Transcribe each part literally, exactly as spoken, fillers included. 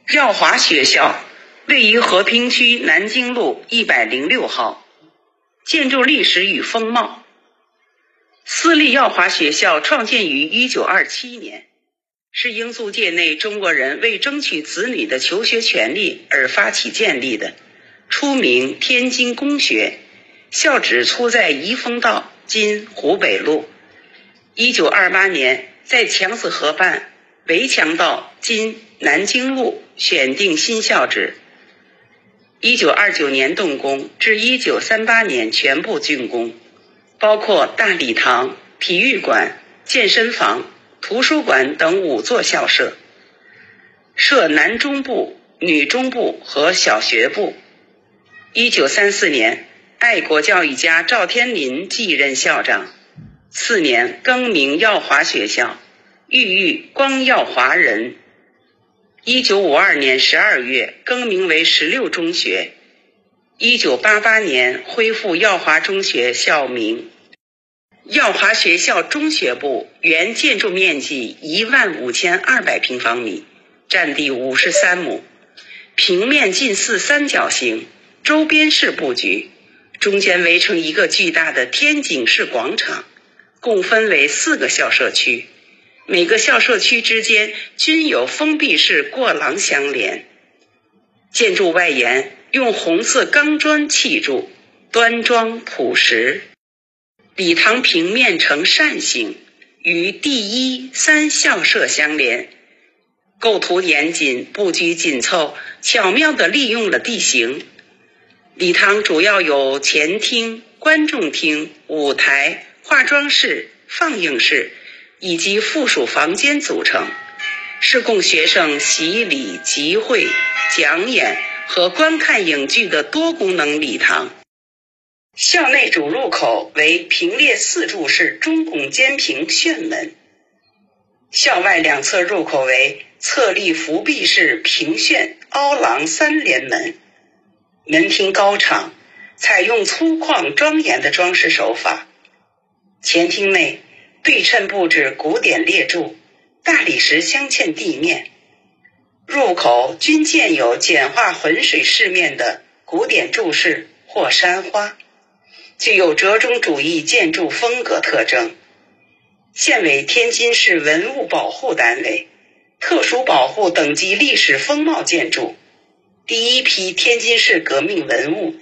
耀华学校位于和平区南京路一百零六号，建筑历史与风貌。私立耀华学校创建于一九二七年，是英租界内中国人为争取子女的求学权利而发起建立的，初名天津公学，校址出在宜丰道（今湖北路）。一九二八年在强子河畔围墙道（今南京路）选定新校址。一九二九年动工，至一九三八年全部竣工，包括大礼堂、体育馆、健身房、图书馆等五座校舍，设男中部、女中部和小学部。一九三四年，爱国教育家赵天麟继任校长，次年更名耀华学校，寓意光耀华人。一九五二年十二月更名为十六中学。一九八八年恢复耀华中学校名。耀华学校中学部原建筑面积一万五千二百平方米，占地五十三亩，平面近似三角形，周边式布局，中间围成一个巨大的天井式广场，共分为四个校舍区，每个校舍区之间均有封闭式过廊相连。建筑外沿用红色钢砖砌筑，端庄朴实。礼堂平面呈扇形，与第一、三校舍相连，构图严谨，布局紧凑，巧妙地利用了地形。礼堂主要有前厅、观众厅、舞台、化妆室、放映室以及附属房间组成，是供学生洗礼、集会、讲演和观看影剧的多功能礼堂。校内主入口为平列四柱式中拱尖平旋门，校外两侧入口为侧立扶壁式平旋凹廊三连门。门厅高敞，采用粗犷庄严的装饰手法。前厅内对称布置古典列柱，大理石镶嵌地面，入口均建有简化浑水饰面的古典柱式或山花，具有折中主义建筑风格特征。现为天津市文物保护单位，特殊保护等级历史风貌建筑，第一批天津市革命文物。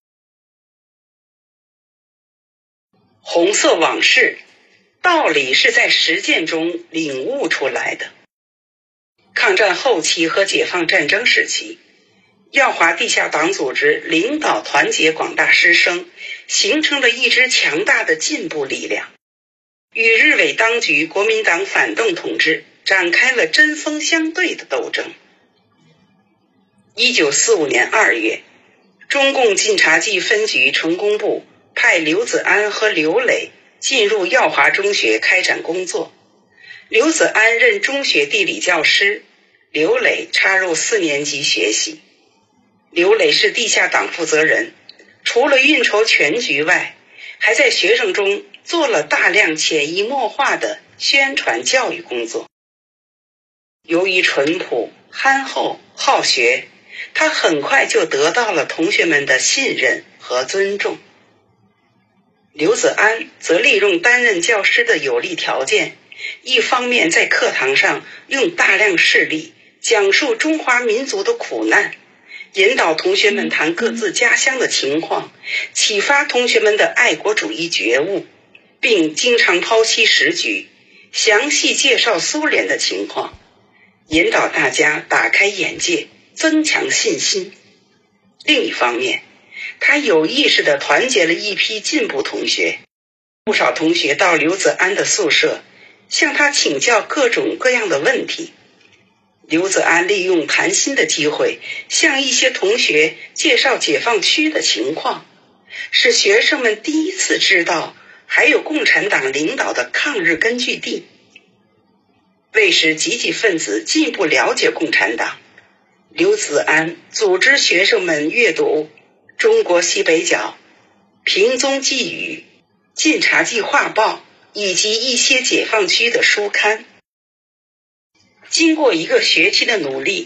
红色往事，道理是在实践中领悟出来的。抗战后期和解放战争时期，耀华地下党组织领导团结广大师生，形成了一支强大的进步力量，与日伪当局国民党反动统治展开了针锋相对的斗争。一九四五年二月，中共晋察冀分局成工部派刘子安和刘磊进入耀华中学开展工作。刘子安任中学地理教师，刘磊插入四年级学习。刘磊是地下党负责人，除了运筹全局外，还在学生中做了大量潜移默化的宣传教育工作。由于淳朴、憨厚、好学，他很快就得到了同学们的信任和尊重。刘子安则利用担任教师的有利条件，一方面在课堂上用大量事例讲述中华民族的苦难，引导同学们谈各自家乡的情况，启发同学们的爱国主义觉悟，并经常剖析时局，详细介绍苏联的情况，引导大家打开眼界，增强信心。另一方面，他有意识地团结了一批进步同学，不少同学到刘子安的宿舍，向他请教各种各样的问题。刘子安利用谈心的机会，向一些同学介绍解放区的情况，使学生们第一次知道还有共产党领导的抗日根据地。为使积极分子进一步了解共产党，刘子安组织学生们阅读《中国西北角》、《平宗寄语》、《晋察冀画报》以及一些解放区的书刊。经过一个学期的努力，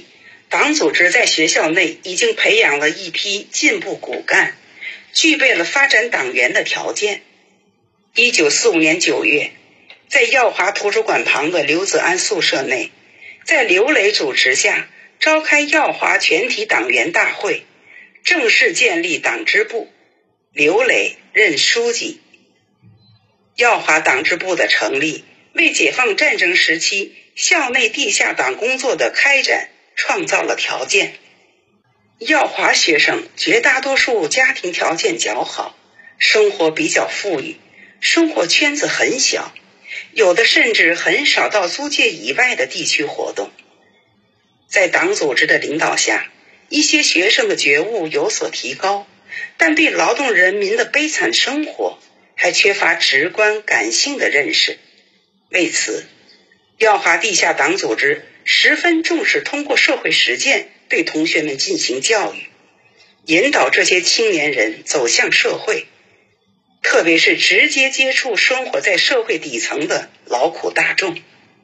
党组织在学校内已经培养了一批进步骨干，具备了发展党员的条件。一九四五年九月，在耀华图书馆旁的刘子安宿舍内，在刘磊主持下召开耀华全体党员大会，正式建立党支部，刘磊任书记。耀华党支部的成立，为解放战争时期校内地下党工作的开展创造了条件。耀华学生绝大多数家庭条件较好，生活比较富裕，生活圈子很小，有的甚至很少到租界以外的地区活动。在党组织的领导下，一些学生的觉悟有所提高，但对劳动人民的悲惨生活还缺乏直观感性的认识。为此，耀华地下党组织十分重视通过社会实践对同学们进行教育，引导这些青年人走向社会，特别是直接接触生活在社会底层的劳苦大众。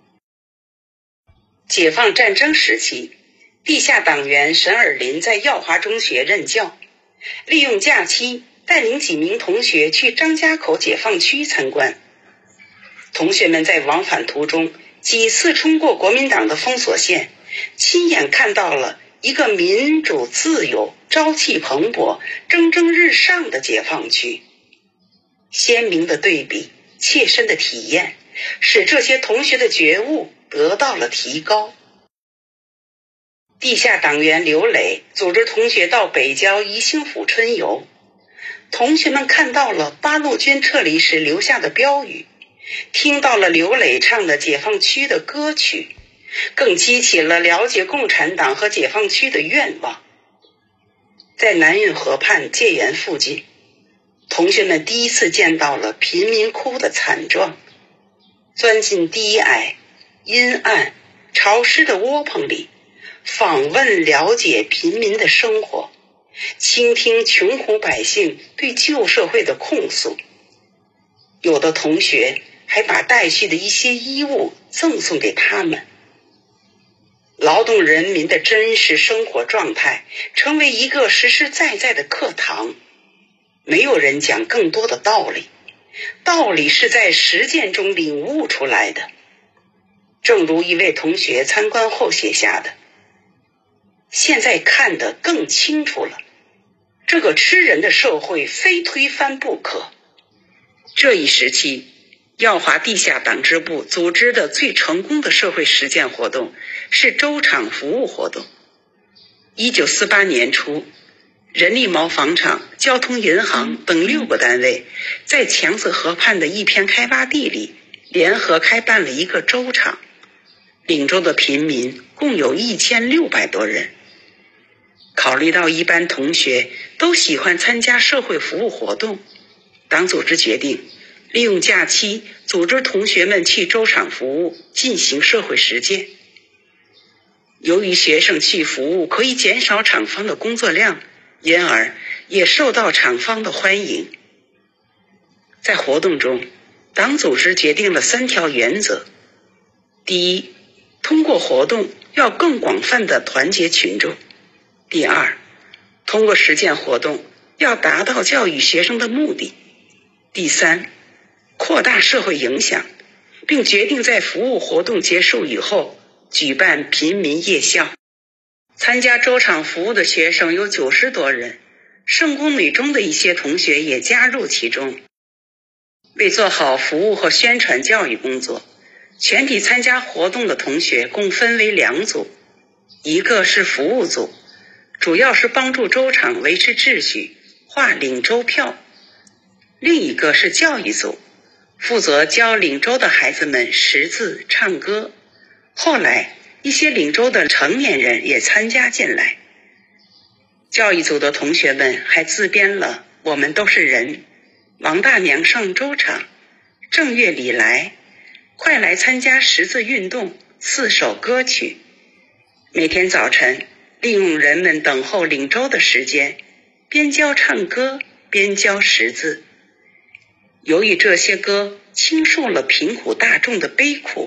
解放战争时期，地下党员沈尔林在耀华中学任教，利用假期带领几名同学去张家口解放区参观。同学们在往返途中几次冲过国民党的封锁线，亲眼看到了一个民主自由、朝气蓬勃、蒸蒸日上的解放区。鲜明的对比，切身的体验，使这些同学的觉悟得到了提高。地下党员刘磊组织同学到北郊宜兴府春游，同学们看到了八路军撤离时留下的标语，听到了刘磊唱的解放区的歌曲，更激起了了解共产党和解放区的愿望。在南运河畔界园附近，同学们第一次见到了贫民窟的惨状，钻进低矮、阴暗、潮湿的窝棚里，访问了解贫民的生活，倾听穷苦百姓对旧社会的控诉。有的同学还把带去的一些衣物赠送给他们。劳动人民的真实生活状态成为一个实实在在的课堂，没有人讲更多的道理，道理是在实践中领悟出来的。正如一位同学参观后写下的，现在看得更清楚了，这个吃人的社会非推翻不可。这一时期，耀华地下党支部组织的最成功的社会实践活动是州场服务活动。一九四八年初，人力毛纺厂、交通银行等六个单位在强子河畔的一片开挖地里联合开办了一个州场，岭州的贫民共有一千六百多人。考虑到一般同学都喜欢参加社会服务活动，党组织决定利用假期组织同学们去州场服务，进行社会实践。由于学生去服务可以减少厂方的工作量，因而也受到厂方的欢迎。在活动中，党组织决定了三条原则：第一，通过活动要更广泛地团结群众；第二，通过实践活动要达到教育学生的目的；第三，扩大社会影响，并决定在服务活动结束以后举办贫民夜校。参加州场服务的学生有九十多人，圣公女中的一些同学也加入其中。为做好服务和宣传教育工作，全体参加活动的同学共分为两组，一个是服务组，主要是帮助州场维持秩序，划领州票；另一个是教育组，负责教领州的孩子们识字、唱歌。后来一些领州的成年人也参加进来。教育组的同学们还自编了《我们都是人》、王大娘上州场、正月里来、快来参加识字运动四首歌曲。每天早晨利用人们等候领州的时间，边教唱歌边教识字。由于这些歌倾诉了贫苦大众的悲苦，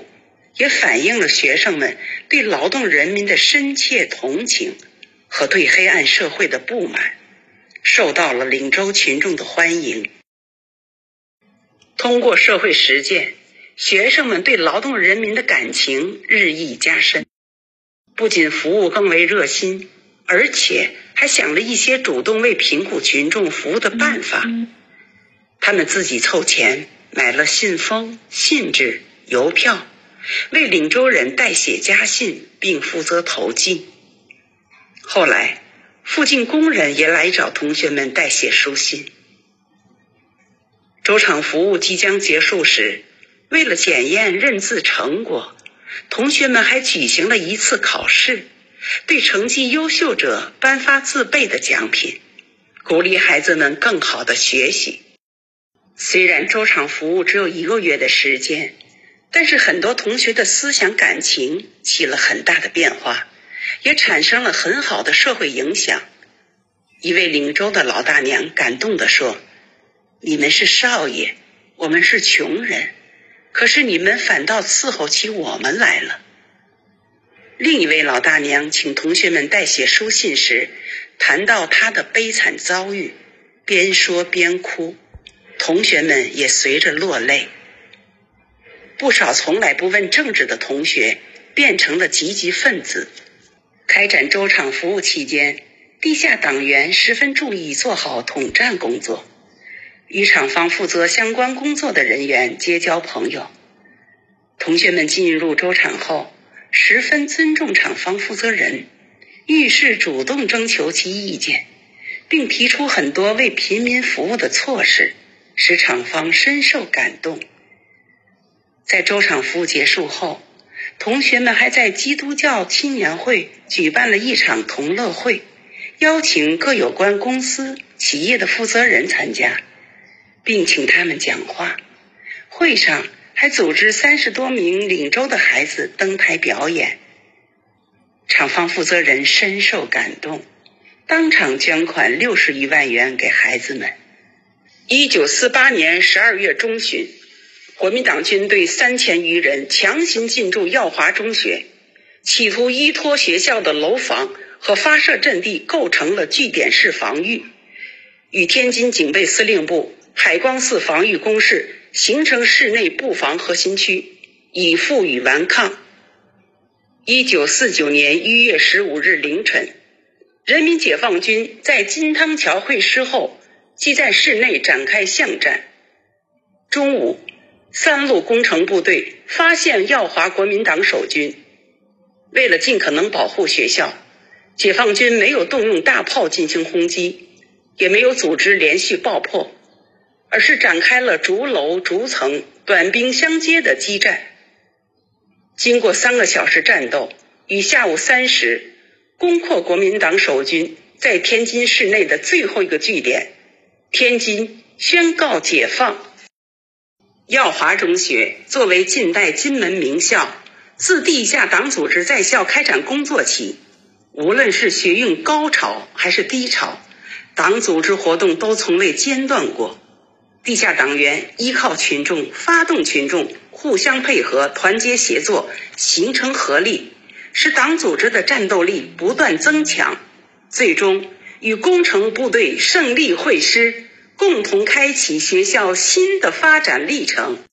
也反映了学生们对劳动人民的深切同情和对黑暗社会的不满，受到了岭州群众的欢迎。通过社会实践，学生们对劳动人民的感情日益加深，不仅服务更为热心，而且还想了一些主动为贫苦群众服务的办法。他们自己凑钱买了信封、信纸、邮票，为岭州人代写家信，并负责投寄。后来，附近工人也来找同学们代写书信。州场服务即将结束时，为了检验认字成果，同学们还举行了一次考试，对成绩优秀者颁发自备的奖品，鼓励孩子们更好的学习。虽然州场服务只有一个月的时间，但是很多同学的思想感情起了很大的变化，也产生了很好的社会影响。一位岭州的老大娘感动地说：“你们是少爷，我们是穷人，可是你们反倒伺候起我们来了。”另一位老大娘请同学们代写书信时，谈到她的悲惨遭遇，边说边哭，同学们也随着落泪。不少从来不问政治的同学变成了积极分子。开展州场服务期间，地下党员十分注意做好统战工作，与厂方负责相关工作的人员结交朋友。同学们进入州场后，十分尊重厂方负责人，遇事主动征求其意见，并提出很多为贫民服务的措施，使厂方深受感动。在州场服务结束后，同学们还在基督教青年会举办了一场同乐会，邀请各有关公司、企业的负责人参加，并请他们讲话。会上还组织三十多名岭州的孩子登台表演。厂方负责人深受感动，当场捐款六十余万元给孩子们。一九四八年十二月中旬，国民党军队三千余人强行进驻耀华中学，企图依托学校的楼房和发射阵地构成了据点式防御，与天津警备司令部、海光寺防御工事形成室内布防核心区，以负隅顽抗。一九四九年一月十五日凌晨，人民解放军在金汤桥会师后，即在室内展开巷战。中午，三路工程部队发现耀华国民党守军，为了尽可能保护学校，解放军没有动用大炮进行轰击，也没有组织连续爆破，而是展开了逐楼逐层短兵相接的激战。经过三个小时战斗，于下午三时攻破国民党守军在天津市内的最后一个据点，天津宣告解放。耀华中学作为近代金门名校，自地下党组织在校开展工作起，无论是学运高潮还是低潮，党组织活动都从未间断过。地下党员依靠群众，发动群众，互相配合，团结协作，形成合力，使党组织的战斗力不断增强，最终与工程部队胜利会师，共同开启学校新的发展历程。